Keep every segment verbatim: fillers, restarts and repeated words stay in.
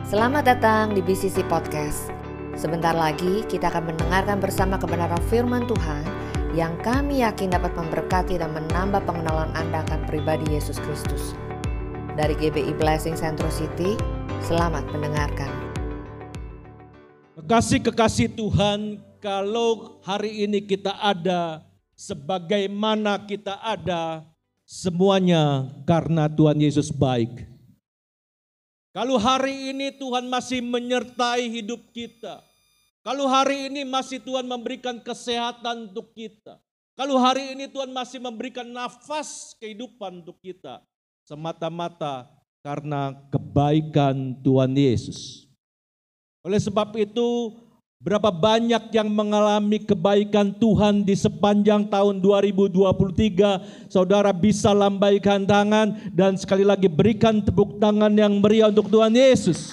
Selamat datang di B C C Podcast. Sebentar lagi kita akan mendengarkan bersama kebenaran firman Tuhan yang kami yakin dapat memberkati dan menambah pengenalan Anda akan pribadi Yesus Kristus. Dari G B I Blessing Central City, selamat mendengarkan. Kekasih-kekasih Tuhan, kalau hari ini kita ada sebagaimana kita ada, semuanya karena Tuhan Yesus baik. Kalau hari ini Tuhan masih menyertai hidup kita, kalau hari ini masih Tuhan memberikan kesehatan untuk kita, kalau hari ini Tuhan masih memberikan nafas kehidupan untuk kita, semata-mata karena kebaikan Tuhan Yesus. Oleh sebab itu, berapa banyak yang mengalami kebaikan Tuhan di sepanjang tahun dua ribu dua puluh tiga, saudara bisa lambaikan tangan dan sekali lagi berikan tepuk tangan yang meriah untuk Tuhan Yesus.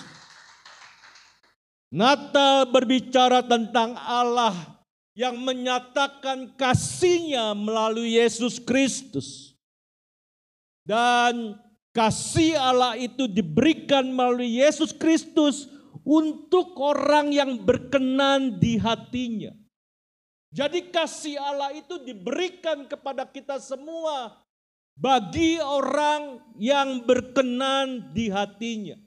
Natal berbicara tentang Allah yang menyatakan kasih-Nya melalui Yesus Kristus. Dan kasih Allah itu diberikan melalui Yesus Kristus untuk orang yang berkenan di hatinya. Jadi kasih Allah itu diberikan kepada kita semua bagi orang yang berkenan di hatinya.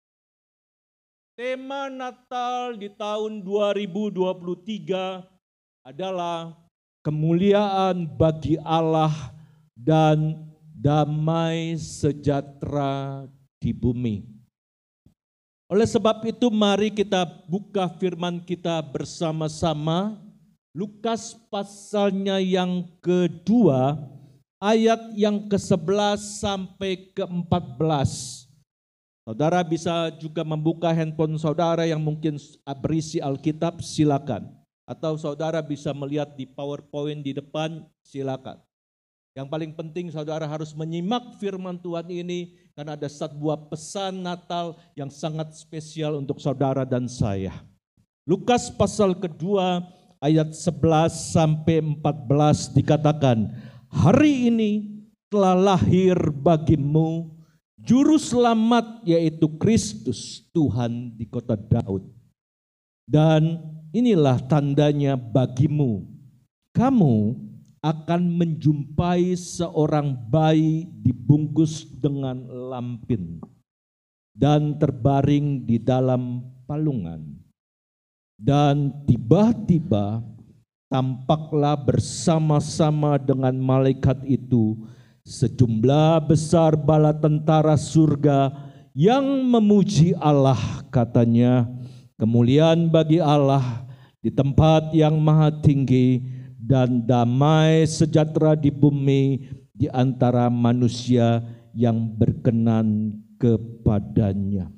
Tema Natal di tahun dua ribu dua puluh tiga adalah kemuliaan bagi Allah dan damai sejahtera di bumi. Oleh sebab itu mari kita buka firman kita bersama-sama. Lukas pasalnya yang kedua, ayat yang ke sebelas sampai ke empat belas. Saudara bisa juga membuka handphone saudara yang mungkin berisi Alkitab, silakan. Atau saudara bisa melihat di PowerPoint di depan, silakan. Yang paling penting saudara harus menyimak firman Tuhan ini karena ada satu buah pesan Natal yang sangat spesial untuk saudara dan saya. Lukas pasal kedua ayat sebelas sampai empat belas dikatakan, hari ini telah lahir bagimu juru selamat yaitu Kristus Tuhan di kota Daud. Dan inilah tandanya bagimu, kamu akan menjumpai seorang bayi dibungkus dengan lampin dan terbaring di dalam palungan. Dan tiba-tiba tampaklah bersama-sama dengan malaikat itu sejumlah besar bala tentara surga yang memuji Allah, katanya, kemuliaan bagi Allah di tempat yang maha tinggi dan damai sejahtera di bumi di antara manusia yang berkenan kepadanya.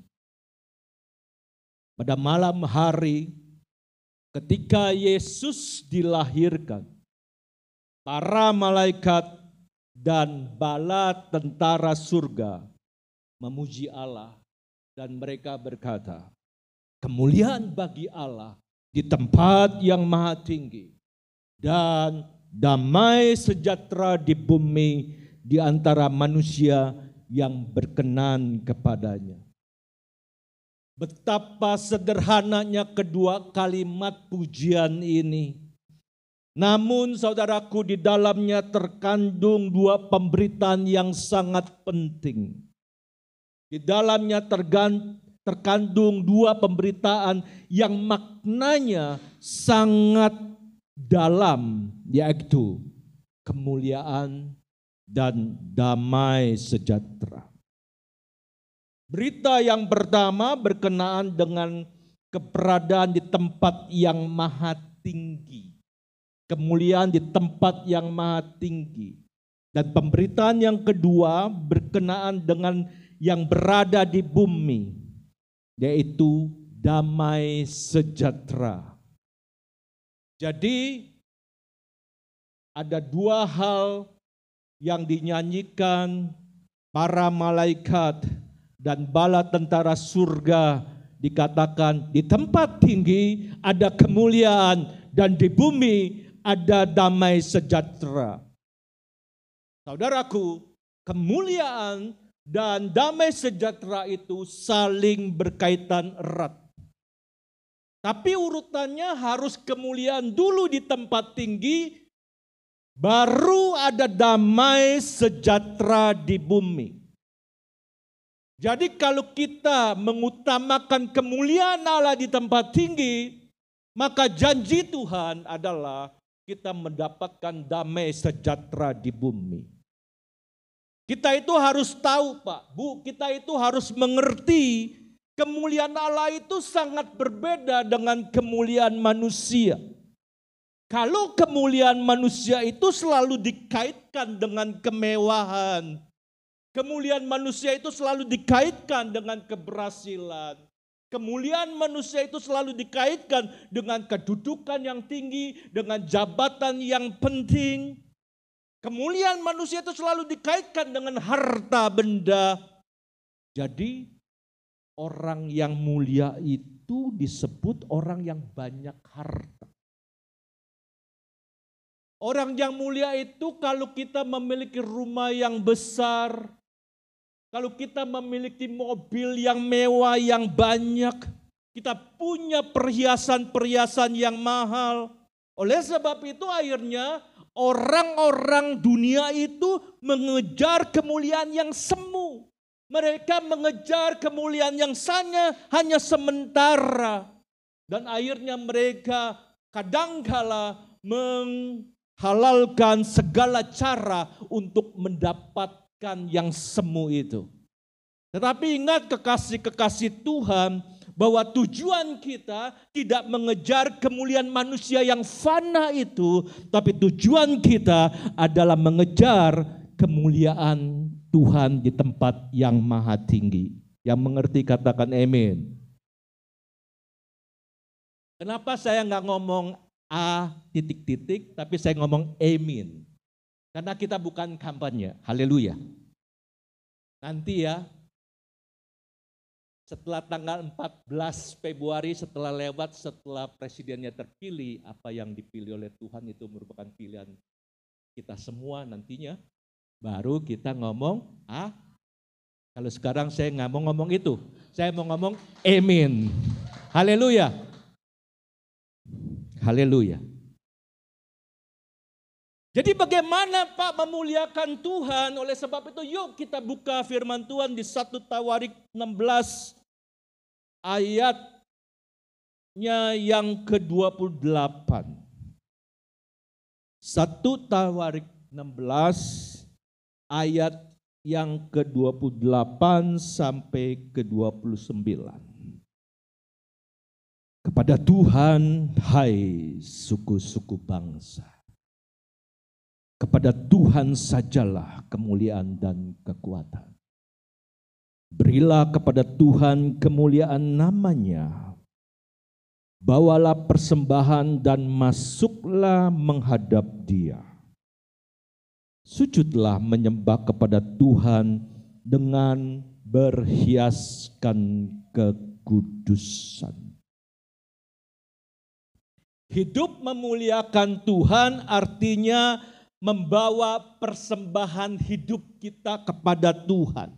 Pada malam hari ketika Yesus dilahirkan, para malaikat dan bala tentara surga memuji Allah dan mereka berkata, kemuliaan bagi Allah di tempat yang maha tinggi dan damai sejahtera di bumi di antara manusia yang berkenan kepadanya. Betapa sederhananya kedua kalimat pujian ini. Namun saudaraku, di dalamnya terkandung dua pemberitaan yang sangat penting. Di dalamnya tergan, terkandung dua pemberitaan yang maknanya sangat dalam, yaitu kemuliaan dan damai sejahtera. Berita yang pertama berkenaan dengan keberadaan di tempat yang maha tinggi. Kemuliaan di tempat yang maha tinggi. Dan pemberitaan yang kedua berkenaan dengan yang berada di bumi, yaitu damai sejahtera. Jadi ada dua hal yang dinyanyikan para malaikat dan bala tentara surga, dikatakan di tempat tinggi ada kemuliaan dan di bumi ada damai sejahtera. Saudaraku, kemuliaan dan damai sejahtera itu saling berkaitan erat. Tapi urutannya harus kemuliaan dulu di tempat tinggi, baru ada damai sejahtera di bumi. Jadi kalau kita mengutamakan kemuliaan Allah di tempat tinggi, maka janji Tuhan adalah kita mendapatkan damai sejahtera di bumi. Kita itu harus tahu Pak, Bu, kita itu harus mengerti kemuliaan Allah itu sangat berbeda dengan kemuliaan manusia. Kalau kemuliaan manusia itu selalu dikaitkan dengan kemewahan, kemuliaan manusia itu selalu dikaitkan dengan keberhasilan, kemuliaan manusia itu selalu dikaitkan dengan kedudukan yang tinggi, dengan jabatan yang penting. Kemuliaan manusia itu selalu dikaitkan dengan harta benda. Jadi orang yang mulia itu disebut orang yang banyak harta. Orang yang mulia itu kalau kita memiliki rumah yang besar, kalau kita memiliki mobil yang mewah yang banyak, kita punya perhiasan-perhiasan yang mahal. Oleh sebab itu akhirnya orang-orang dunia itu mengejar kemuliaan yang semu. Mereka mengejar kemuliaan yang hanya, hanya sementara. Dan akhirnya mereka kadangkala menghalalkan segala cara untuk mendapatkan yang semu itu. Tetapi ingat kekasih-kekasih Tuhan, bahwa tujuan kita tidak mengejar kemuliaan manusia yang fana itu, tapi tujuan kita adalah mengejar kemuliaan Tuhan di tempat yang maha tinggi. Yang mengerti katakan amin. Kenapa saya nggak ngomong A titik-titik, tapi saya ngomong amin. Karena kita bukan kampanye, haleluya. Nanti ya, setelah tanggal empat belas Februari, setelah lewat, setelah presidennya terpilih, apa yang dipilih oleh Tuhan itu merupakan pilihan kita semua nantinya. Baru kita ngomong, ah, kalau sekarang saya nggak mau ngomong itu, saya mau ngomong amin. Haleluya. Haleluya. Jadi bagaimana Pak memuliakan Tuhan? Oleh sebab itu yuk kita buka firman Tuhan di satu Tawarik enam belas ayatnya yang ke dua puluh delapan. satu Tawarik enam belas ayat yang ke dua puluh delapan sampai ke dua puluh sembilan. Kepada Tuhan, hai suku-suku bangsa. Kepada Tuhan sajalah kemuliaan dan kekuatan. Berilah kepada Tuhan kemuliaan namanya. Bawalah persembahan dan masuklah menghadap Dia. Sujudlah menyembah kepada Tuhan dengan berhiaskan kekudusan. Hidup memuliakan Tuhan artinya membawa persembahan hidup kita kepada Tuhan.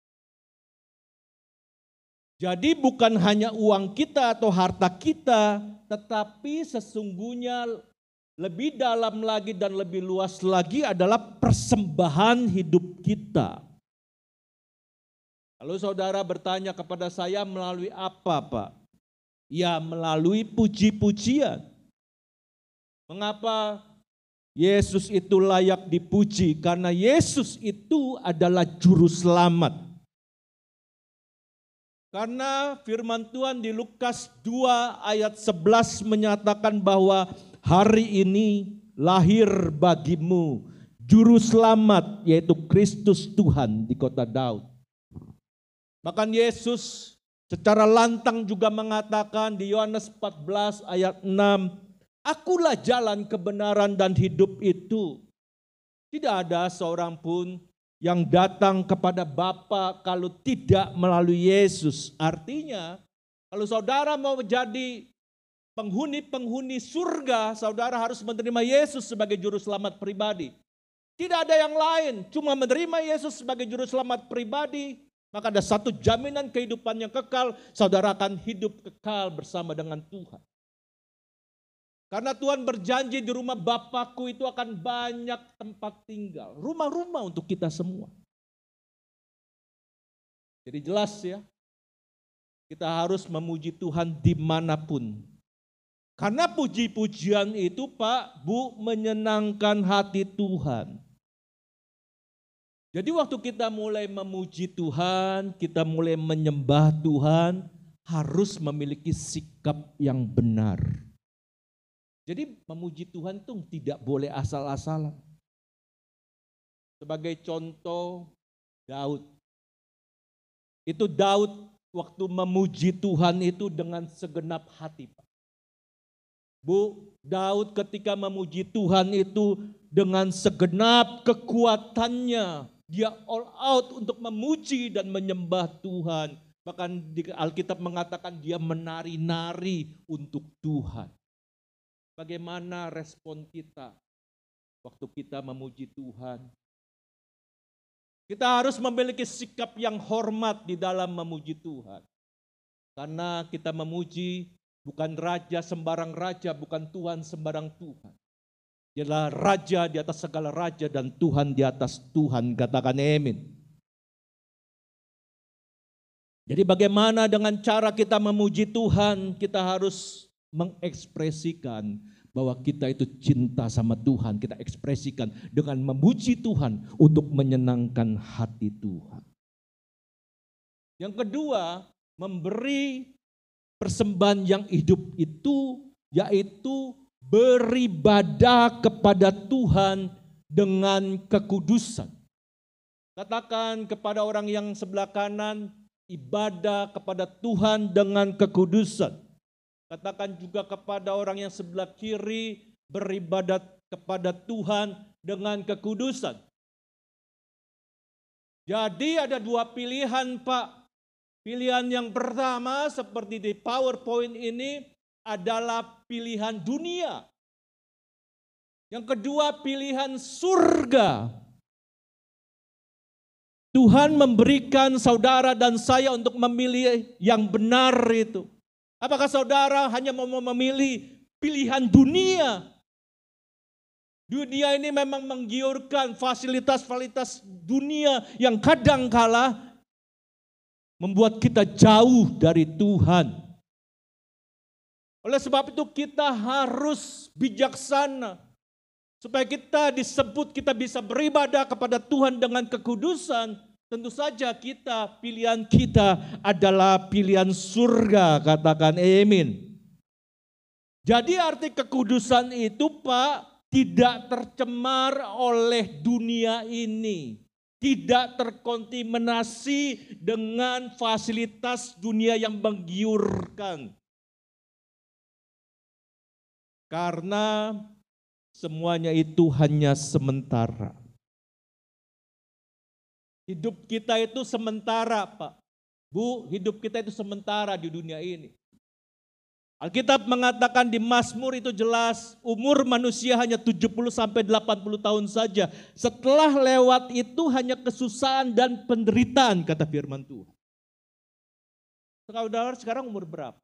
Jadi bukan hanya uang kita atau harta kita, tetapi sesungguhnya lebih dalam lagi dan lebih luas lagi adalah persembahan hidup kita. Kalau saudara bertanya kepada saya melalui apa Pak? Ya melalui puji-pujian. Mengapa Yesus itu layak dipuji? Karena Yesus itu adalah juru selamat. Karena firman Tuhan di Lukas dua ayat sebelas menyatakan bahwa hari ini lahir bagimu juru selamat yaitu Kristus Tuhan di kota Daud. Bahkan Yesus secara lantang juga mengatakan di Yohanes empat belas ayat enam, Akulah jalan kebenaran dan hidup itu. Tidak ada seorang pun yang datang kepada Bapa kalau tidak melalui Yesus. Artinya, kalau saudara mau menjadi penghuni-penghuni surga, saudara harus menerima Yesus sebagai juru selamat pribadi. Tidak ada yang lain, cuma menerima Yesus sebagai juru selamat pribadi. Maka ada satu jaminan kehidupan yang kekal, saudara akan hidup kekal bersama dengan Tuhan. Karena Tuhan berjanji di rumah Bapakku itu akan banyak tempat tinggal. Rumah-rumah untuk kita semua. Jadi jelas ya, kita harus memuji Tuhan dimanapun. Karena puji-pujian itu Pak, Bu, menyenangkan hati Tuhan. Jadi waktu kita mulai memuji Tuhan, kita mulai menyembah Tuhan, harus memiliki sikap yang benar. Jadi memuji Tuhan itu tidak boleh asal-asalan. Sebagai contoh, Daud. Itu Daud waktu memuji Tuhan itu dengan segenap hati, Pak. Bu, Daud ketika memuji Tuhan itu dengan segenap kekuatannya. Dia all out untuk memuji dan menyembah Tuhan. Bahkan di Alkitab mengatakan dia menari-nari untuk Tuhan. Bagaimana respon kita waktu kita memuji Tuhan? Kita harus memiliki sikap yang hormat di dalam memuji Tuhan. Karena kita memuji bukan raja sembarang raja, bukan Tuhan sembarang Tuhan. Dialah raja di atas segala raja dan Tuhan di atas Tuhan. Katakan amin. Jadi bagaimana dengan cara kita memuji Tuhan? Kita harus mengekspresikan bahwa kita itu cinta sama Tuhan. Kita ekspresikan dengan memuji Tuhan untuk menyenangkan hati Tuhan. Yang kedua, memberi persembahan yang hidup itu yaitu beribadah kepada Tuhan dengan kekudusan. Katakan kepada orang yang sebelah kanan, ibadah kepada Tuhan dengan kekudusan. Katakan juga kepada orang yang sebelah kiri, beribadat kepada Tuhan dengan kekudusan. Jadi ada dua pilihan, Pak. Pilihan yang pertama seperti di PowerPoint ini adalah pilihan dunia. Yang kedua pilihan surga. Tuhan memberikan saudara dan saya untuk memilih yang benar itu. Apakah saudara hanya mau memilih pilihan dunia? Dunia ini memang menggiurkan fasilitas-fasilitas dunia yang kadangkala membuat kita jauh dari Tuhan. Oleh sebab itu kita harus bijaksana. Supaya kita disebut kita bisa beribadah kepada Tuhan dengan kekudusan. Tentu saja kita, pilihan kita adalah pilihan surga. Katakan amin. Jadi arti kekudusan itu Pak tidak tercemar oleh dunia ini. Tidak terkontaminasi dengan fasilitas dunia yang menggiurkan. Karena semuanya itu hanya sementara. Hidup kita itu sementara, Pak. Bu, hidup kita itu sementara di dunia ini. Alkitab mengatakan di Mazmur itu jelas, umur manusia hanya tujuh puluh sampai delapan puluh tahun saja. Setelah lewat itu hanya kesusahan dan penderitaan, kata firman Tuhan. Saudara sekarang umur berapa?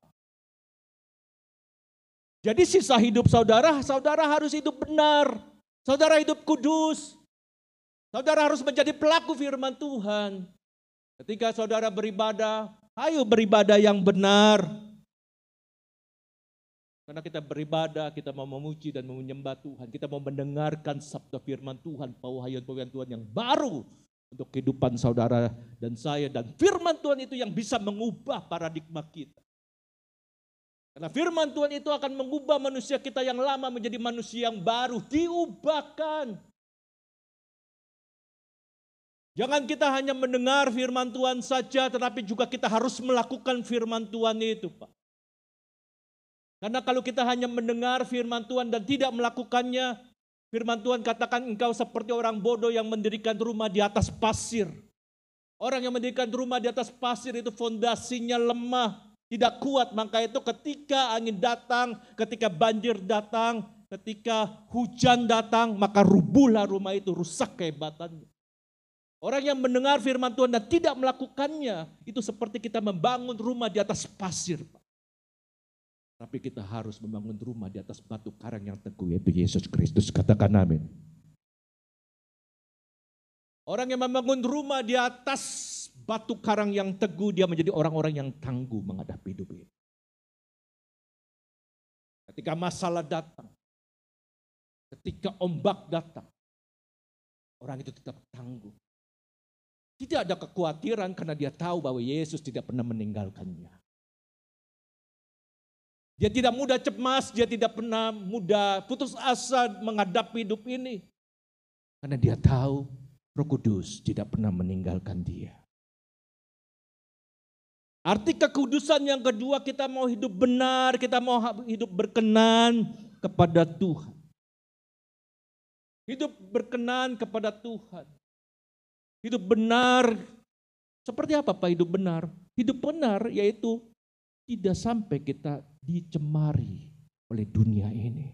Jadi sisa hidup saudara, saudara harus hidup benar. Saudara hidup kudus. Saudara harus menjadi pelaku firman Tuhan. Ketika saudara beribadah, ayo beribadah yang benar. Karena kita beribadah, kita mau memuji dan menyembah Tuhan. Kita mau mendengarkan sabda firman Tuhan, pawahayan-pawahayan Tuhan yang baru untuk kehidupan saudara dan saya. Dan firman Tuhan itu yang bisa mengubah paradigma kita. Karena firman Tuhan itu akan mengubah manusia kita yang lama menjadi manusia yang baru. Diubahkan. Jangan kita hanya mendengar firman Tuhan saja, tetapi juga kita harus melakukan firman Tuhan itu, Pak. Karena kalau kita hanya mendengar firman Tuhan dan tidak melakukannya, firman Tuhan katakan engkau seperti orang bodoh yang mendirikan rumah di atas pasir. Orang yang mendirikan rumah di atas pasir itu fondasinya lemah. Tidak kuat, maka itu ketika angin datang, ketika banjir datang, ketika hujan datang, maka rubuhlah rumah itu, rusak kehebatannya. Orang yang mendengar firman Tuhan dan tidak melakukannya, itu seperti kita membangun rumah di atas pasir, Pak. Tapi kita harus membangun rumah di atas batu karang yang teguh, yaitu Yesus Kristus. Katakan amin. Orang yang membangun rumah di atas batu karang yang teguh, dia menjadi orang-orang yang tangguh menghadapi hidup ini. Ketika masalah datang, ketika ombak datang, orang itu tetap tangguh. Tidak ada kekhawatiran karena dia tahu bahwa Yesus tidak pernah meninggalkannya. Dia tidak mudah cemas, dia tidak pernah mudah putus asa menghadapi hidup ini. Karena dia tahu Roh Kudus tidak pernah meninggalkan dia. Arti kekudusan yang kedua, kita mau hidup benar, kita mau hidup berkenan kepada Tuhan. Hidup berkenan kepada Tuhan. Hidup benar, seperti apa Pak hidup benar? Hidup benar yaitu tidak sampai kita dicemari oleh dunia ini.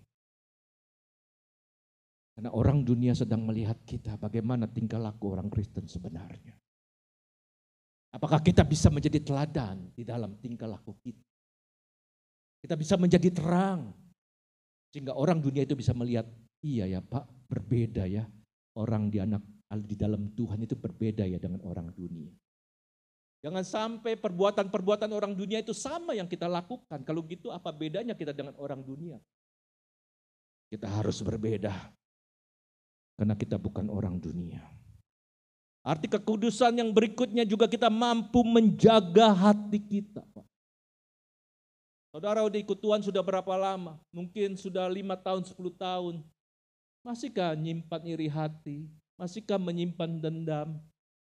Karena orang dunia sedang melihat kita bagaimana tingkah laku orang Kristen sebenarnya. Apakah kita bisa menjadi teladan di dalam tingkah laku kita? Kita bisa menjadi terang. Sehingga orang dunia itu bisa melihat, iya ya Pak, berbeda ya. Orang di anak di dalam Tuhan itu berbeda ya dengan orang dunia. Jangan sampai perbuatan-perbuatan orang dunia itu sama yang kita lakukan. Kalau gitu apa bedanya kita dengan orang dunia? Kita harus berbeda. Karena kita bukan orang dunia. Arti kekudusan yang berikutnya juga kita mampu menjaga hati kita. Saudara udah ikut Tuhan sudah berapa lama? Mungkin sudah lima tahun, sepuluh tahun. Masihkah nyimpan iri hati? Masihkah menyimpan dendam?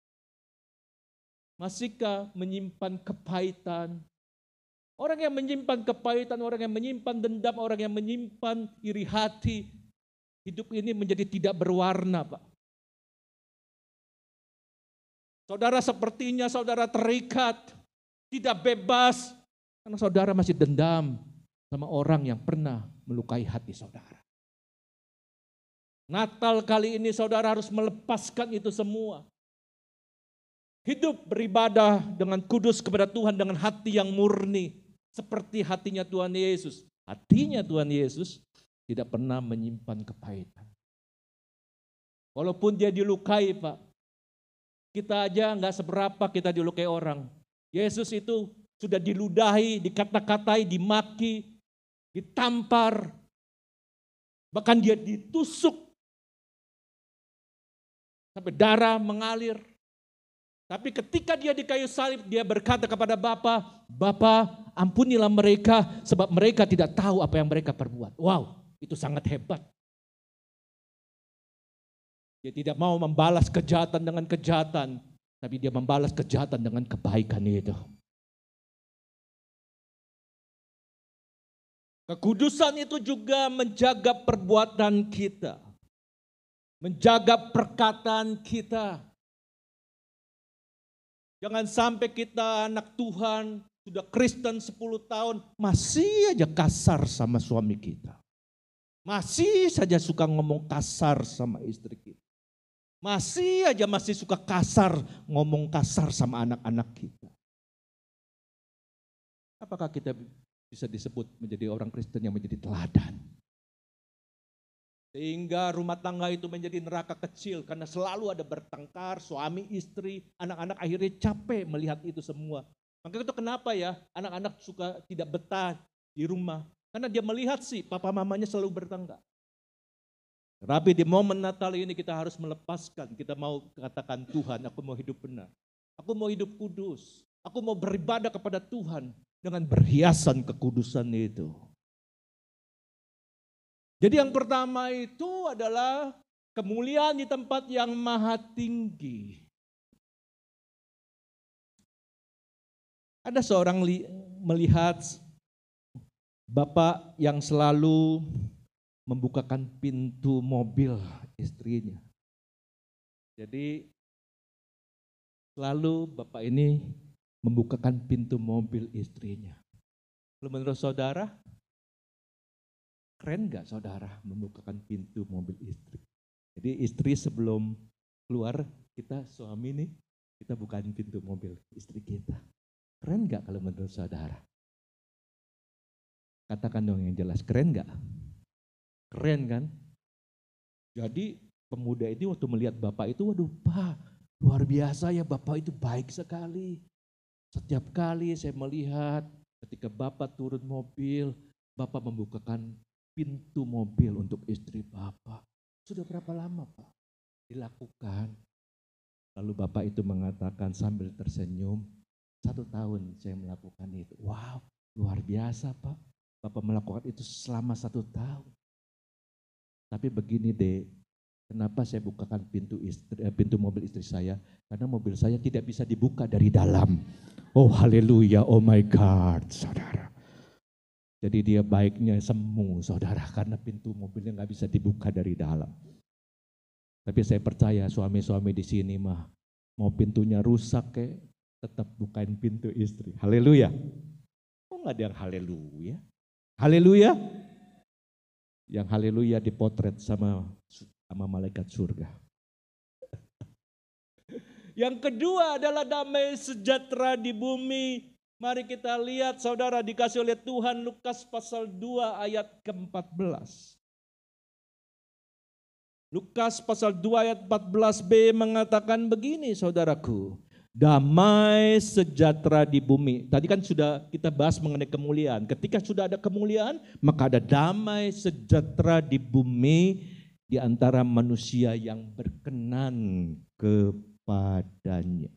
Masihkah menyimpan kepahitan? Orang yang menyimpan kepahitan, orang yang menyimpan dendam, orang yang menyimpan iri hati, hidup ini menjadi tidak berwarna, Pak. Saudara sepertinya saudara terikat, tidak bebas, karena saudara masih dendam sama orang yang pernah melukai hati saudara. Natal kali ini saudara harus melepaskan itu semua. Hidup beribadah dengan kudus kepada Tuhan dengan hati yang murni. Seperti hatinya Tuhan Yesus. Hatinya Tuhan Yesus tidak pernah menyimpan kepahitan. Walaupun dia dilukai Pak. Kita aja nggak seberapa kita dilukai orang. Yesus itu sudah diludahi, dikata-katai, dimaki, ditampar. Bahkan dia ditusuk. Sampai darah mengalir. Tapi ketika dia di kayu salib, dia berkata kepada Bapa, Bapa ampunilah mereka sebab mereka tidak tahu apa yang mereka perbuat. Wow, itu sangat hebat. Dia tidak mau membalas kejahatan dengan kejahatan, tapi dia membalas kejahatan dengan kebaikan itu. Kekudusan itu juga menjaga perbuatan kita. Menjaga perkataan kita. Jangan sampai kita anak Tuhan, sudah Kristen sepuluh tahun, masih aja kasar sama suami kita. Masih saja suka ngomong kasar sama istri kita. Masih aja masih suka kasar, ngomong kasar sama anak-anak kita. Apakah kita bisa disebut menjadi orang Kristen yang menjadi teladan? Sehingga rumah tangga itu menjadi neraka kecil karena selalu ada bertengkar, suami, istri, anak-anak akhirnya capek melihat itu semua. Maka itu kenapa ya anak-anak suka tidak betah di rumah. Karena dia melihat sih papa mamanya selalu bertengkar. Tapi di momen Natal ini kita harus melepaskan, kita mau katakan Tuhan aku mau hidup benar. Aku mau hidup kudus, aku mau beribadah kepada Tuhan dengan berhiasan kekudusan itu. Jadi yang pertama itu adalah kemuliaan di tempat yang maha tinggi. Ada seorang li- melihat bapak yang selalu membukakan pintu mobil istrinya. Jadi selalu bapak ini membukakan pintu mobil istrinya. Lalu menurut saudara, Keren gak saudara membukakan pintu mobil istri? Jadi istri sebelum keluar, kita suami nih, kita bukain pintu mobil istri kita. Keren gak kalau menurut saudara? Katakan dong yang jelas, keren gak? Keren kan? Jadi pemuda itu waktu melihat bapak itu, waduh Pak, luar biasa ya, bapak itu baik sekali. Setiap kali saya melihat ketika bapak turun mobil, bapak membukakan pintu mobil untuk istri bapak. Sudah berapa lama Pak? Dilakukan. Lalu bapak itu mengatakan sambil tersenyum, satu tahun saya melakukan itu. Wow, luar biasa Pak. Bapak melakukan itu selama satu tahun. Tapi begini deh, kenapa saya bukakan pintu istri, pintu mobil istri saya? Karena mobil saya tidak bisa dibuka dari dalam. Oh haleluya, oh my God, saudara. Jadi dia baiknya semu, saudara, karena pintu mobilnya nggak bisa dibuka dari dalam. Tapi saya percaya suami-suami di sini mah, mau pintunya rusak kayak tetap bukain pintu istri. Haleluya. Oh nggak ada yang haleluya? Haleluya. Yang haleluya dipotret sama sama malaikat surga. Yang kedua adalah damai sejahtera di bumi. Mari kita lihat saudara, dikasih oleh Tuhan Lukas pasal dua ayat ke empat belas. Lukas pasal dua ayat empat belas b mengatakan begini saudaraku. Damai sejahtera di bumi. Tadi kan sudah kita bahas mengenai kemuliaan. Ketika sudah ada kemuliaan, maka ada damai sejahtera di bumi di antara manusia yang berkenan kepadanya.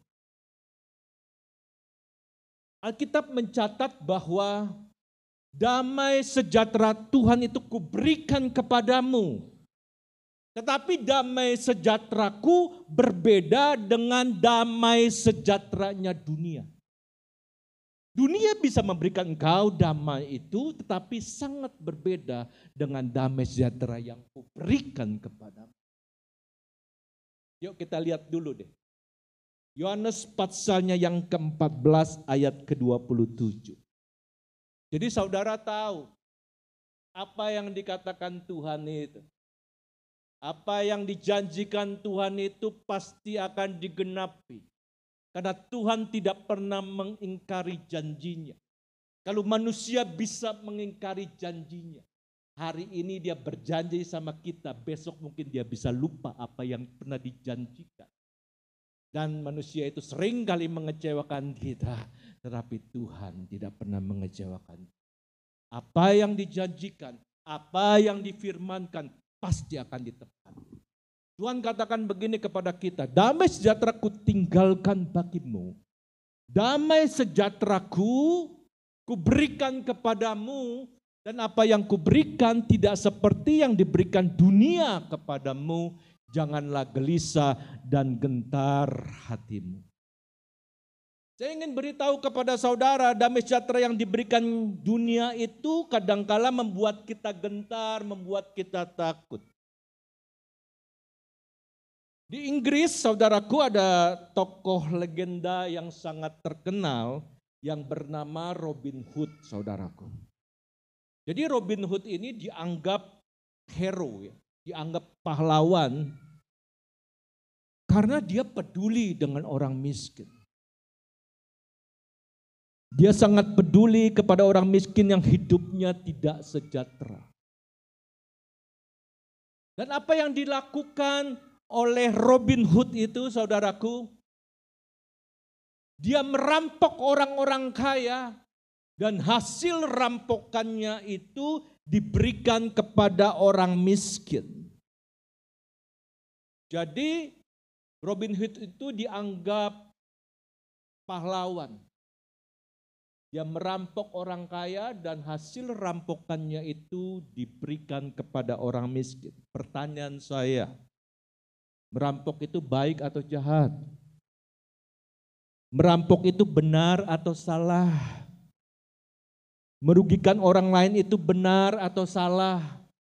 Alkitab mencatat bahwa damai sejahtera Tuhan itu kuberikan kepadamu. Tetapi damai sejahteraku berbeda dengan damai sejahteranya dunia. Dunia bisa memberikan engkau damai itu, tetapi sangat berbeda dengan damai sejahtera yang kuberikan kepadamu. Yuk kita lihat dulu deh. Yohanes pasalnya yang keempat belas ayat ke dua puluh tujuh. Jadi saudara tahu apa yang dikatakan Tuhan itu. Apa yang dijanjikan Tuhan itu pasti akan digenapi. Karena Tuhan tidak pernah mengingkari janjinya. Kalau manusia bisa mengingkari janjinya. Hari ini dia berjanji sama kita, besok mungkin dia bisa lupa apa yang pernah dijanjikan. Dan manusia itu sering kali mengecewakan kita, tetapi Tuhan tidak pernah mengecewakan. Apa yang dijanjikan, apa yang difirmankan, pasti akan ditepati. Tuhan katakan begini kepada kita, damai sejahtera ku tinggalkan bagimu. Damai sejahteraku ku berikan kepadamu, dan apa yang ku berikan tidak seperti yang diberikan dunia kepadamu. Janganlah gelisah dan gentar hatimu. Saya ingin beritahu kepada saudara, damai sejahtera yang diberikan dunia itu kadangkala membuat kita gentar, membuat kita takut. Di Inggris, saudaraku, ada tokoh legenda yang sangat terkenal yang bernama Robin Hood, saudaraku. Jadi Robin Hood ini dianggap hero, ya, dianggap pahlawan karena dia peduli dengan orang miskin. Dia sangat peduli kepada orang miskin yang hidupnya tidak sejahtera. Dan apa yang dilakukan oleh Robin Hood itu, saudaraku, dia merampok orang-orang kaya dan hasil rampokannya itu diberikan kepada orang miskin. Jadi Robin Hood itu dianggap pahlawan. Dia merampok orang kaya dan hasil rampokannya itu diberikan kepada orang miskin. Pertanyaan saya, merampok itu baik atau jahat? Merampok itu benar atau salah? Merugikan orang lain itu benar atau salah?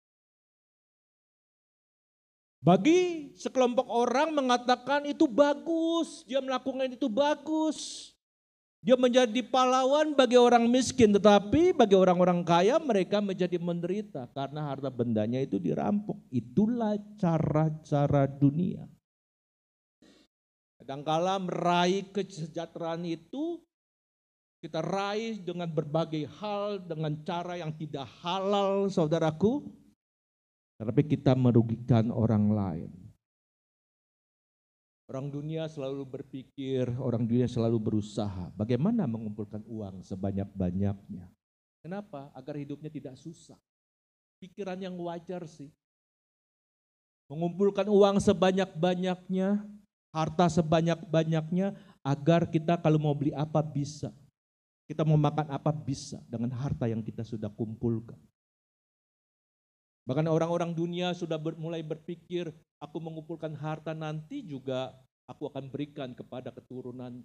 Bagi sekelompok orang mengatakan itu bagus, dia melakukan itu bagus. Dia menjadi pahlawan bagi orang miskin, tetapi bagi orang-orang kaya mereka menjadi menderita karena harta bendanya itu dirampok. Itulah cara-cara dunia. Kadangkala meraih kesejahteraan itu kita raih dengan berbagai hal, dengan cara yang tidak halal, saudaraku. Tetapi kita merugikan orang lain. Orang dunia selalu berpikir, orang dunia selalu berusaha bagaimana mengumpulkan uang sebanyak-banyaknya. Kenapa? Agar hidupnya tidak susah. Pikiran yang wajar sih. Mengumpulkan uang sebanyak-banyaknya, harta sebanyak-banyaknya, agar kita kalau mau beli apa bisa. Kita mau makan apa bisa dengan harta yang kita sudah kumpulkan. Bahkan orang-orang dunia sudah ber, mulai berpikir, aku mengumpulkan harta nanti juga aku akan berikan kepada keturunan.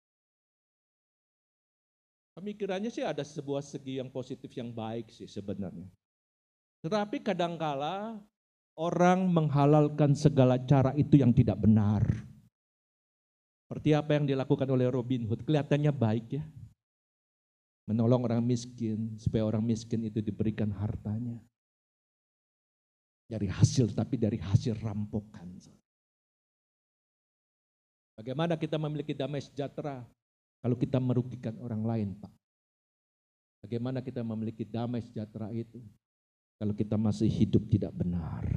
Pemikirannya sih ada sebuah segi yang positif yang baik sih sebenarnya. Tetapi kadangkala orang menghalalkan segala cara itu yang tidak benar. Seperti apa yang dilakukan oleh Robin Hood, kelihatannya baik ya. Menolong orang miskin supaya orang miskin itu diberikan hartanya. Dari hasil, tapi dari hasil rampokan. Bagaimana kita memiliki damai sejahtera kalau kita merugikan orang lain, Pak? Bagaimana kita memiliki damai sejahtera itu kalau kita masih hidup tidak benar?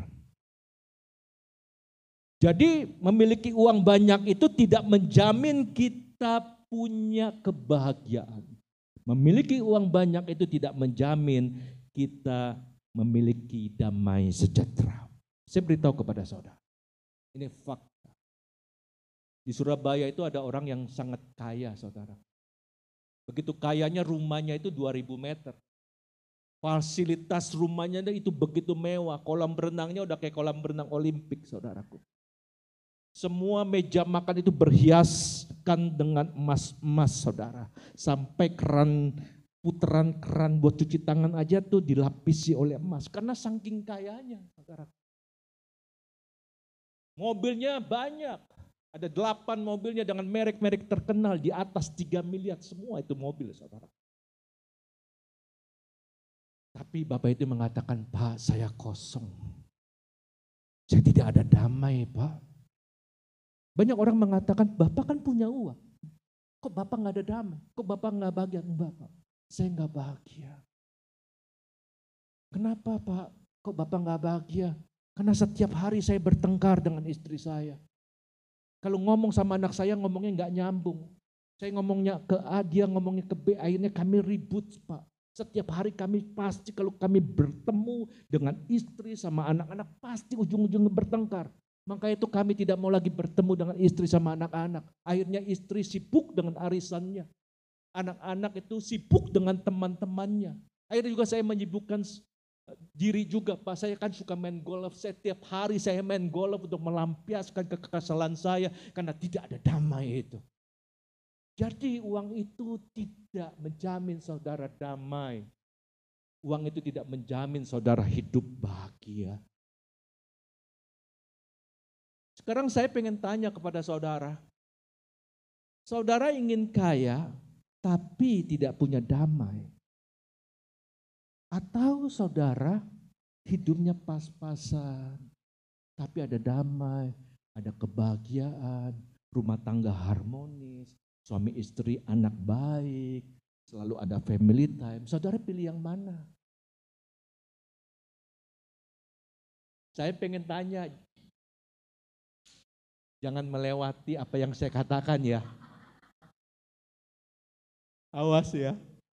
Jadi memiliki uang banyak itu tidak menjamin kita punya kebahagiaan. Memiliki uang banyak itu tidak menjamin kita memiliki damai sejahtera. Saya beritahu kepada saudara, ini fakta. Di Surabaya itu ada orang yang sangat kaya, saudara. Begitu kayanya rumahnya itu dua ribu meter. Fasilitas rumahnya itu begitu mewah, kolam berenangnya udah kayak kolam berenang Olimpik, saudaraku. Semua meja makan itu berhiaskan dengan emas-emas, saudara. Sampai keran putaran keran buat cuci tangan aja tuh dilapisi oleh emas karena saking kayanya, saudara. Mobilnya banyak, ada delapan mobilnya dengan merek-merek terkenal di atas tiga miliar semua itu mobil, saudara. Tapi bapak itu mengatakan, Pak, saya kosong, saya tidak ada damai, Pak. Banyak orang mengatakan, Bapak kan punya uang, kok Bapak nggak ada damai, kok Bapak nggak bahagia? Enggak, Pak. Saya nggak bahagia. Kenapa Pak? Kok Bapak nggak bahagia? Karena setiap hari saya bertengkar dengan istri saya. Kalau ngomong sama anak saya ngomongnya nggak nyambung. Saya ngomongnya ke A, dia ngomongnya ke B, akhirnya kami ribut, Pak. Setiap hari kami pasti kalau kami bertemu dengan istri sama anak-anak pasti ujung-ujungnya bertengkar. Maka itu kami tidak mau lagi bertemu dengan istri sama anak-anak. Akhirnya istri sibuk dengan arisannya. Anak-anak itu sibuk dengan teman-temannya. Akhirnya juga saya menyibukkan diri juga, Pak. Saya kan suka main golf. Setiap hari saya main golf untuk melampiaskan kekesalan saya karena tidak ada damai itu. Jadi uang itu tidak menjamin saudara damai. Uang itu tidak menjamin saudara hidup bahagia. Sekarang saya pengen tanya kepada saudara. Saudara ingin kaya tapi tidak punya damai. Atau saudara hidupnya pas-pasan, tapi ada damai, ada kebahagiaan, rumah tangga harmonis, suami istri anak baik, selalu ada family time. Saudara pilih yang mana? Saya pengen tanya, jangan melewati apa yang saya katakan ya. Awas ya.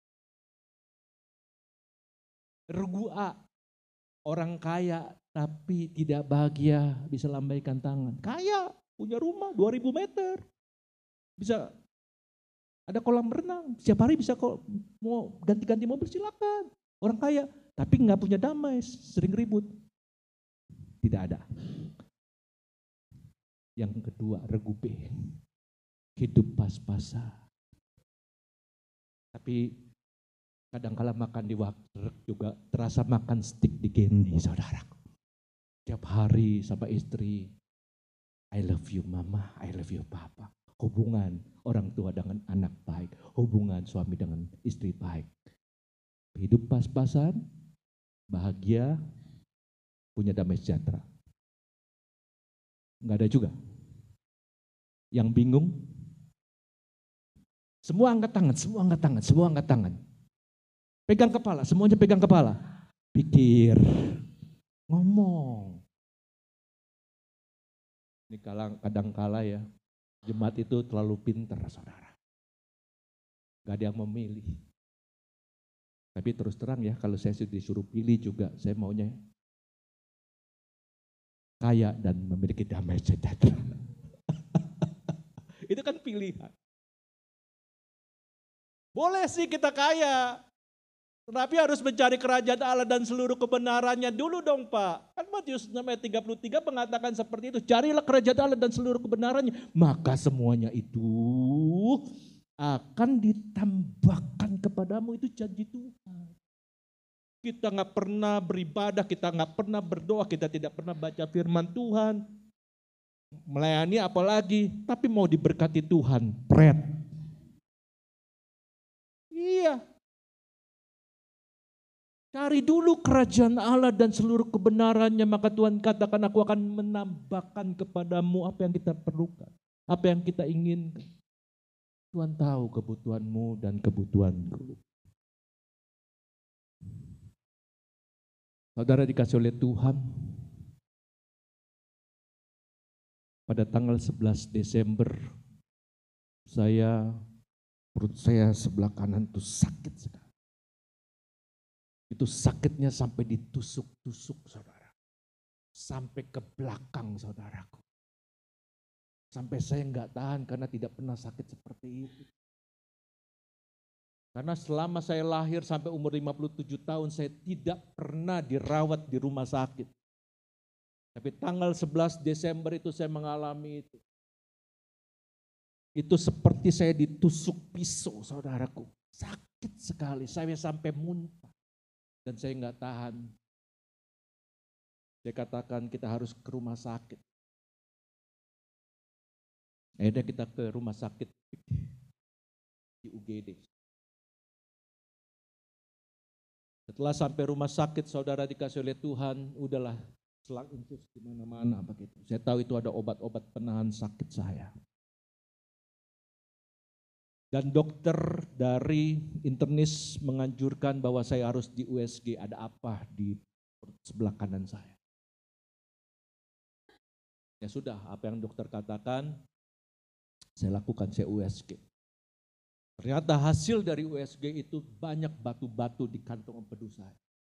Regu A, orang kaya tapi tidak bahagia bisa lambaikan tangan. Kaya, punya rumah dua ribu meter. Bisa ada kolam renang, setiap hari bisa kok mau ganti-ganti mobil silakan. Orang kaya, tapi nggak punya damai, sering ribut. Tidak ada. Yang kedua, regu B. Hidup pas-pasan. Tapi kadang-kala makan di warteg juga terasa makan stik di Gendi, saudara. Tiap hari sama istri, I love you mama, I love you papa. hubungan orang tua dengan anak baik, hubungan suami dengan istri baik. Hidup pas-pasan, bahagia, punya damai sejahtera. Enggak ada juga. Yang bingung, semua angkat tangan, semua angkat tangan, semua angkat tangan. Pegang kepala, semuanya pegang kepala. Pikir, ngomong. Ini kadang-kala ya, jemaat itu terlalu pintar, saudara. Gak ada yang memilih. Tapi terus terang ya, kalau saya disuruh pilih juga, saya maunya kaya dan memiliki damai sejahtera. Itu kan pilihan. Boleh sih kita kaya, tapi harus mencari kerajaan Allah dan seluruh kebenarannya dulu dong Pak. Kan Matius enam ayat tiga puluh tiga mengatakan seperti itu. Carilah kerajaan Allah dan seluruh kebenarannya. Maka semuanya itu akan ditambahkan kepadamu, itu janji Tuhan. Kita gak pernah beribadah, kita gak pernah berdoa, kita tidak pernah baca firman Tuhan. Melayani apalagi, tapi mau diberkati Tuhan, pret. Iya. Cari dulu kerajaan Allah dan seluruh kebenarannya, maka Tuhan katakan aku akan menambahkan kepadamu apa yang kita perlukan, apa yang kita inginkan. Tuhan tahu kebutuhanmu dan kebutuhanku. Saudara dikasih oleh Tuhan, pada tanggal sebelas Desember, saya, perut saya sebelah kanan tuh sakit sekali. Itu sakitnya sampai ditusuk-tusuk saudara. Sampai ke belakang saudaraku. Sampai saya enggak tahan karena tidak pernah sakit seperti itu. Karena selama saya lahir sampai umur lima puluh tujuh tahun saya tidak pernah dirawat di rumah sakit. Tapi tanggal sebelas Desember itu saya mengalami itu. Itu seperti saya ditusuk pisau saudaraku. Sakit sekali, saya sampai muntah. Dan saya enggak tahan. Saya katakan kita harus ke rumah sakit. Akhirnya kita ke rumah sakit di U G D. Setelah sampai rumah sakit, saudara dikasih oleh Tuhan, udahlah selang infus di mana-mana begitu. Saya tahu itu ada obat-obat penahan sakit saya. Dan dokter dari internis menganjurkan bahwa saya harus di U S G, ada apa di sebelah kanan saya. Ya sudah, apa yang dokter katakan, saya lakukan, saya U S G. Ternyata hasil dari U S G itu banyak batu-batu di kantong empedu saya.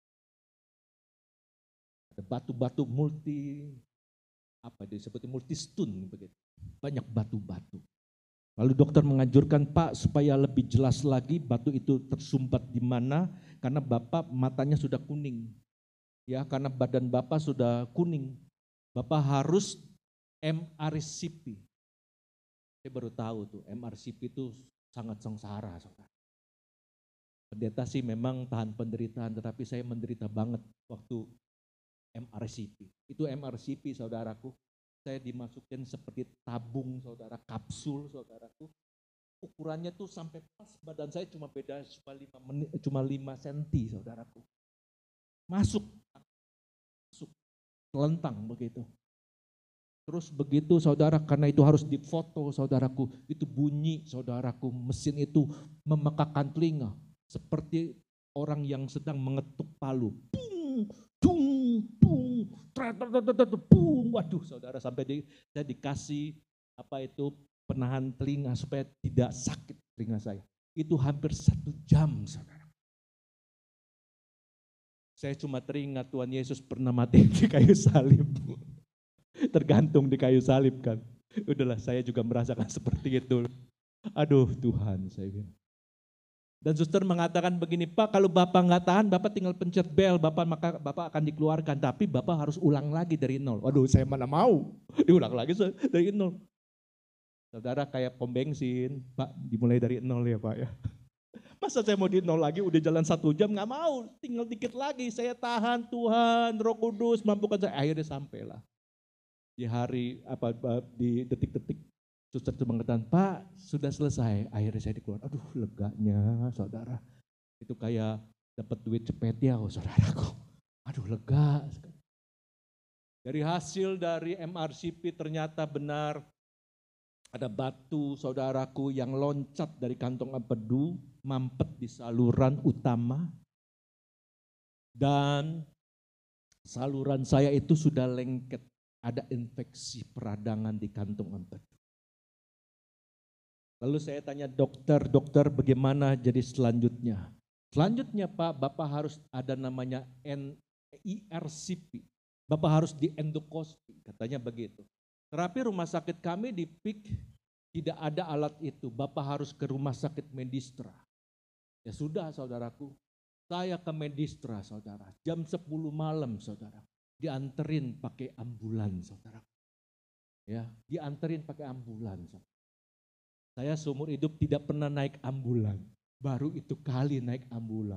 Ada batu-batu multi, apa disebutnya multistun begitu. Banyak batu-batu. Lalu dokter menganjurkan, Pak, supaya lebih jelas lagi batu itu tersumbat di mana, karena Bapak matanya sudah kuning. Ya, karena badan Bapak sudah kuning. Bapak harus M R C P. Saya baru tahu tuh, M R C P itu sangat sengsara, saudara. Pendeta sih memang tahan penderitaan, tetapi saya menderita banget waktu M R C P. Itu M R C P, saudaraku. Saya dimasukin seperti tabung, saudara, kapsul, saudaraku. Ukurannya tuh sampai pas badan saya cuma beda cuma lima menit, cuma lima senti, saudaraku. Masuk, masuk, telentang begitu. Terus begitu, saudara, karena itu harus difoto, saudaraku. Itu bunyi, saudaraku, mesin itu memekakan telinga seperti orang yang sedang mengetuk palu. Pung, dung, pung, pung. Waduh, saudara, sampai di, saya dikasih apa itu penahan telinga supaya tidak sakit telinga saya. Itu hampir satu jam, saudara. Saya cuma teringat Tuhan Yesus pernah mati di kayu salib. Tergantung di kayu salib kan. Udahlah, saya juga merasakan seperti itu. Aduh Tuhan, saya bilang. Dan suster mengatakan begini, Pak, kalau Bapak nggak tahan, Bapak tinggal pencet bel, Bapak maka Bapak akan dikeluarkan, tapi Bapak harus ulang lagi dari nol. Waduh, saya mana mau diulang lagi dari nol. Saudara, kayak pom bensin, Pak, dimulai dari nol ya Pak ya. Masa saya mau di nol lagi, udah jalan satu jam, nggak mau, tinggal dikit lagi. Saya tahan, Tuhan, Roh Kudus mampukan saya. Akhirnya sampailah di hari apa di detik-detik Suster itu mengatakan, Pak sudah selesai. Akhirnya saya dikeluar. Aduh leganya saudara. Itu kayak dapat duit cepet ya oh, saudaraku. Aduh lega. Dari hasil dari M R C P ternyata benar ada batu saudaraku yang loncat dari kantong empedu, mampet di saluran utama. Dan saluran saya itu sudah lengket, ada infeksi peradangan di kantong empedu. Lalu saya tanya dokter, dokter bagaimana jadi selanjutnya? Selanjutnya Pak, Bapak harus ada namanya I R C P. Bapak harus di endoskopi, katanya begitu. Terapi rumah sakit kami di P I K tidak ada alat itu. Bapak harus ke rumah sakit Medistra. Ya sudah saudaraku, saya ke Medistra saudara. Jam sepuluh malam saudara. Dianterin pakai ambulan saudara. Ya, dianterin pakai ambulan saudara. Saya seumur hidup tidak pernah naik ambulan. Baru itu kali naik ambulan.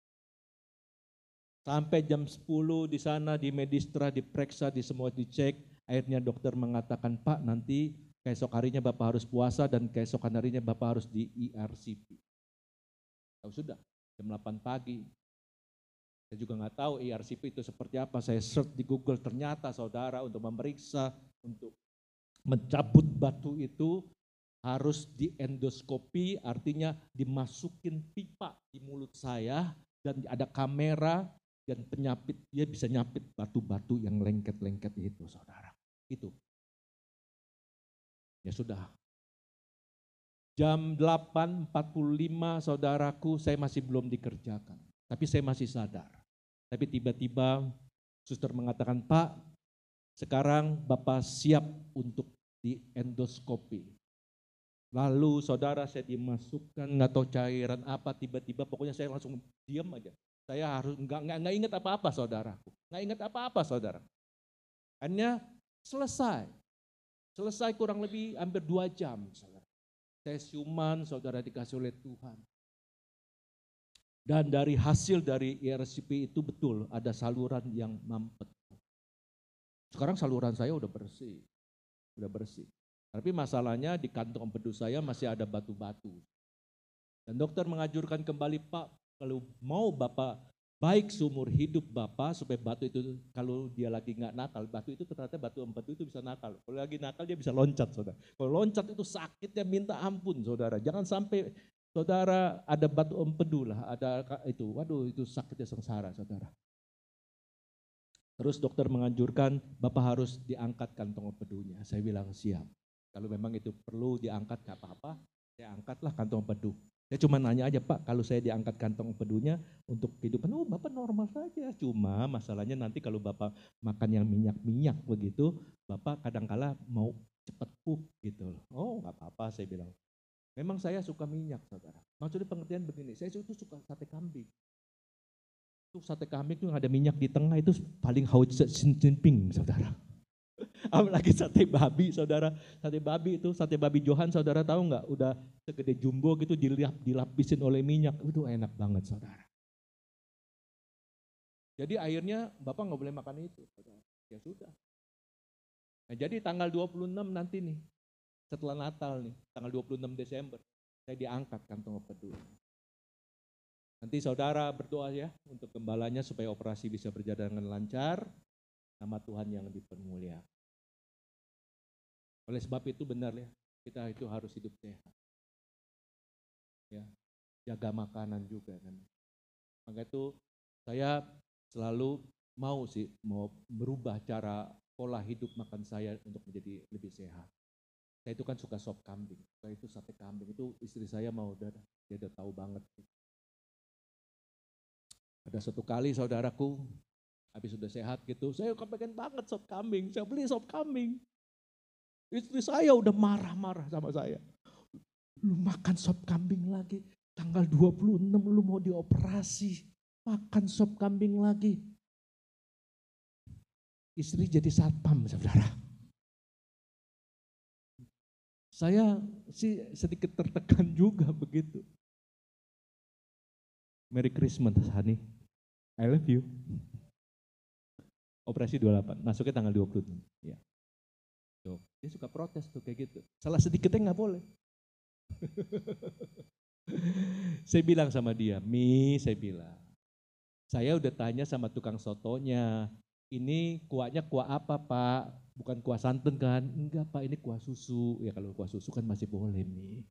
Sampai jam sepuluh di sana di Medistra, diperiksa, di semua dicek. Akhirnya dokter mengatakan, Pak nanti keesok harinya Bapak harus puasa dan keesokan harinya Bapak harus di I R C P. Tahu sudah, jam delapan pagi. Saya juga nggak tahu I R C P itu seperti apa. Saya search di Google, ternyata saudara untuk memeriksa, untuk mencabut batu itu, harus di endoskopi, artinya dimasukin pipa di mulut saya dan ada kamera dan penyapit, dia bisa nyapit batu-batu yang lengket-lengket itu saudara. Itu. Ya sudah. Jam delapan empat puluh lima saudaraku saya masih belum dikerjakan, tapi saya masih sadar. Tapi tiba-tiba suster mengatakan, Pak sekarang Bapak siap untuk di endoskopi. Lalu saudara saya dimasukkan nggak tahu cairan apa, tiba-tiba pokoknya saya langsung diam aja. Saya harus nggak nggak nggak ingat apa-apa saudaraku, nggak ingat apa-apa saudara. Akhirnya selesai, selesai kurang lebih hampir dua jam saudara. Saya siuman saudara dikasih oleh Tuhan. Dan dari hasil dari I R C P itu betul ada saluran yang mampet. Sekarang saluran saya udah bersih, udah bersih. Tapi masalahnya di kantong empedu saya masih ada batu-batu. Dan dokter menganjurkan kembali, Pak, kalau mau Bapak baik seumur hidup Bapak, supaya batu itu kalau dia lagi nggak nakal, batu itu ternyata batu empedu itu bisa nakal. Kalau lagi nakal dia bisa loncat, saudara. Kalau loncat itu sakitnya minta ampun, saudara. Jangan sampai saudara ada batu empedu lah, ada itu, waduh itu sakitnya sengsara, saudara. Terus dokter menganjurkan Bapak harus diangkat kantong empedunya. Saya bilang siap. Kalau memang itu perlu diangkat gak apa-apa, saya angkatlah kantong empedu. Saya cuma nanya aja, Pak, kalau saya diangkat kantong empedunya untuk kehidupan, oh Bapak normal saja. Cuma masalahnya nanti kalau Bapak makan yang minyak-minyak begitu, Bapak kadangkala mau cepat pup gitu. Oh gak apa-apa saya bilang. Memang saya suka minyak saudara. Maksudnya pengertian begini, saya itu suka sate kambing. Itu sate kambing itu ada minyak di tengah itu paling Ho Chi Minh saudara. Apalagi sate babi saudara, sate babi itu, sate babi Johan saudara tahu nggak? Udah segede jumbo gitu dilap, dilapisin oleh minyak, itu enak banget saudara. Jadi akhirnya Bapak nggak boleh makan itu saudara, ya sudah. Nah jadi tanggal dua puluh enam nanti nih, setelah Natal nih, tanggal dua puluh enam Desember, saya diangkat kantong empedu. Nanti saudara berdoa ya untuk gembalanya supaya operasi bisa berjalan dengan lancar. Nama Tuhan yang dipermuliakan. Oleh sebab itu benar ya, kita itu harus hidup sehat. Ya, jaga makanan juga kan. Maka itu saya selalu mau sih mau merubah cara pola hidup makan saya untuk menjadi lebih sehat. Saya itu kan suka sop kambing, saya itu sate kambing itu istri saya mau udah, dia udah tahu banget. Ada satu kali saudaraku, habis sudah sehat gitu, saya kepengen banget sop kambing, saya beli sop kambing. Istri saya udah marah-marah sama saya. Lu makan sop kambing lagi, tanggal dua puluh enam lu mau dioperasi, makan sop kambing lagi. Istri jadi satpam, saudara. Saya sih sedikit tertekan juga begitu. Merry Christmas, honey. I love you. Operasi dua puluh delapan, masuknya tanggal dua puluh enam. Ya. Tuh, dia suka protes tuh kayak gitu. Salah sedikitnya nggak boleh. Saya bilang sama dia, Mi, saya bilang, saya udah tanya sama tukang sotonya, ini kuahnya kuah apa Pak? Bukan kuah santan kan? Enggak Pak, ini kuah susu. Ya kalau kuah susu kan masih boleh Mi.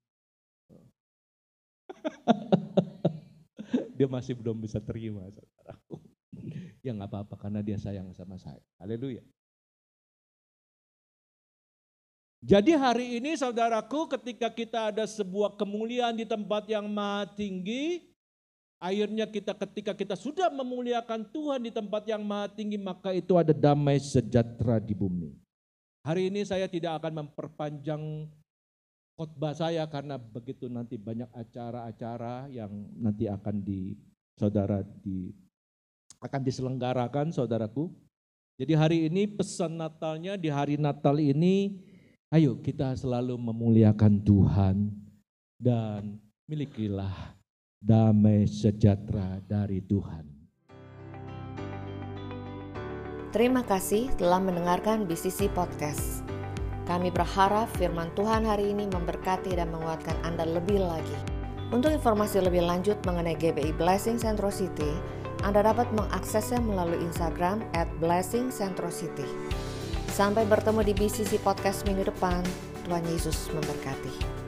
Dia masih belum bisa terima, saudaraku. Ya nggak apa-apa karena dia sayang sama saya. Haleluya. Jadi hari ini saudaraku, ketika kita ada sebuah kemuliaan di tempat yang maha tinggi, akhirnya kita ketika kita sudah memuliakan Tuhan di tempat yang maha tinggi, maka itu ada damai sejahtera di bumi. Hari ini saya tidak akan memperpanjang khotbah saya karena begitu nanti banyak acara-acara yang nanti akan di saudara di akan diselenggarakan saudaraku. Jadi hari ini pesan Natalnya, di hari Natal ini ayo kita selalu memuliakan Tuhan dan milikilah damai sejahtera dari Tuhan. Terima kasih telah mendengarkan B C C Podcast. Kami berharap firman Tuhan hari ini memberkati dan menguatkan Anda lebih lagi. Untuk informasi lebih lanjut mengenai G B I Blessing Centro City, Anda dapat mengaksesnya melalui Instagram at blessing centro city. Sampai bertemu di B C C Podcast minggu depan. Tuhan Yesus memberkati.